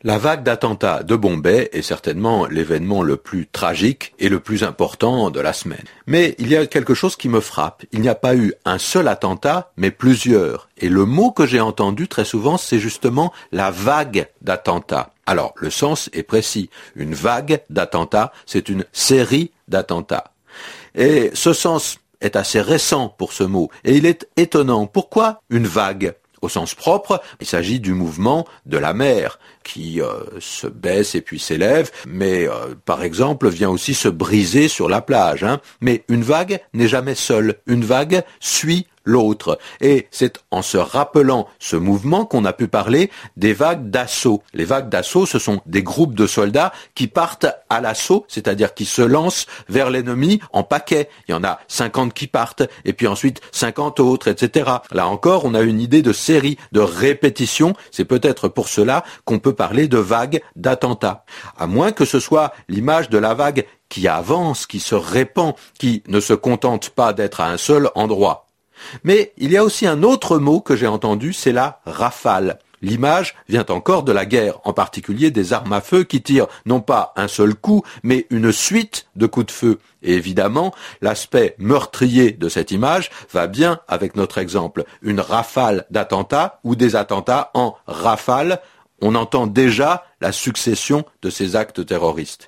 La vague d'attentats de Bombay est certainement l'événement le plus tragique et le plus important de la semaine. Mais il y a quelque chose qui me frappe. Il n'y a pas eu un seul attentat, mais plusieurs. Et le mot que j'ai entendu très souvent, c'est justement la vague d'attentats. Alors, le sens est précis. Une vague d'attentats, c'est une série d'attentats. Et ce sens est assez récent pour ce mot. Et il est étonnant. Pourquoi une vague ? Au sens propre, il s'agit du mouvement de la mer qui se baisse et puis s'élève, mais par exemple vient aussi se briser sur la plage. Mais une vague n'est jamais seule. Une vague suit l'autre. Et c'est en se rappelant ce mouvement qu'on a pu parler des vagues d'assaut. Les vagues d'assaut, ce sont des groupes de soldats qui partent à l'assaut, c'est-à-dire qui se lancent vers l'ennemi en paquet. Il y en a 50 qui partent, et puis ensuite 50 autres, etc. Là encore, on a une idée de série, de répétition. C'est peut-être pour cela qu'on peut parler de vagues d'attentats. À moins que ce soit l'image de la vague qui avance, qui se répand, qui ne se contente pas d'être à un seul endroit. Mais il y a aussi un autre mot que j'ai entendu, c'est la rafale. L'image vient encore de la guerre, en particulier des armes à feu qui tirent non pas un seul coup, mais une suite de coups de feu. Et évidemment, l'aspect meurtrier de cette image va bien avec notre exemple. Une rafale d'attentats ou des attentats en rafale, on entend déjà la succession de ces actes terroristes.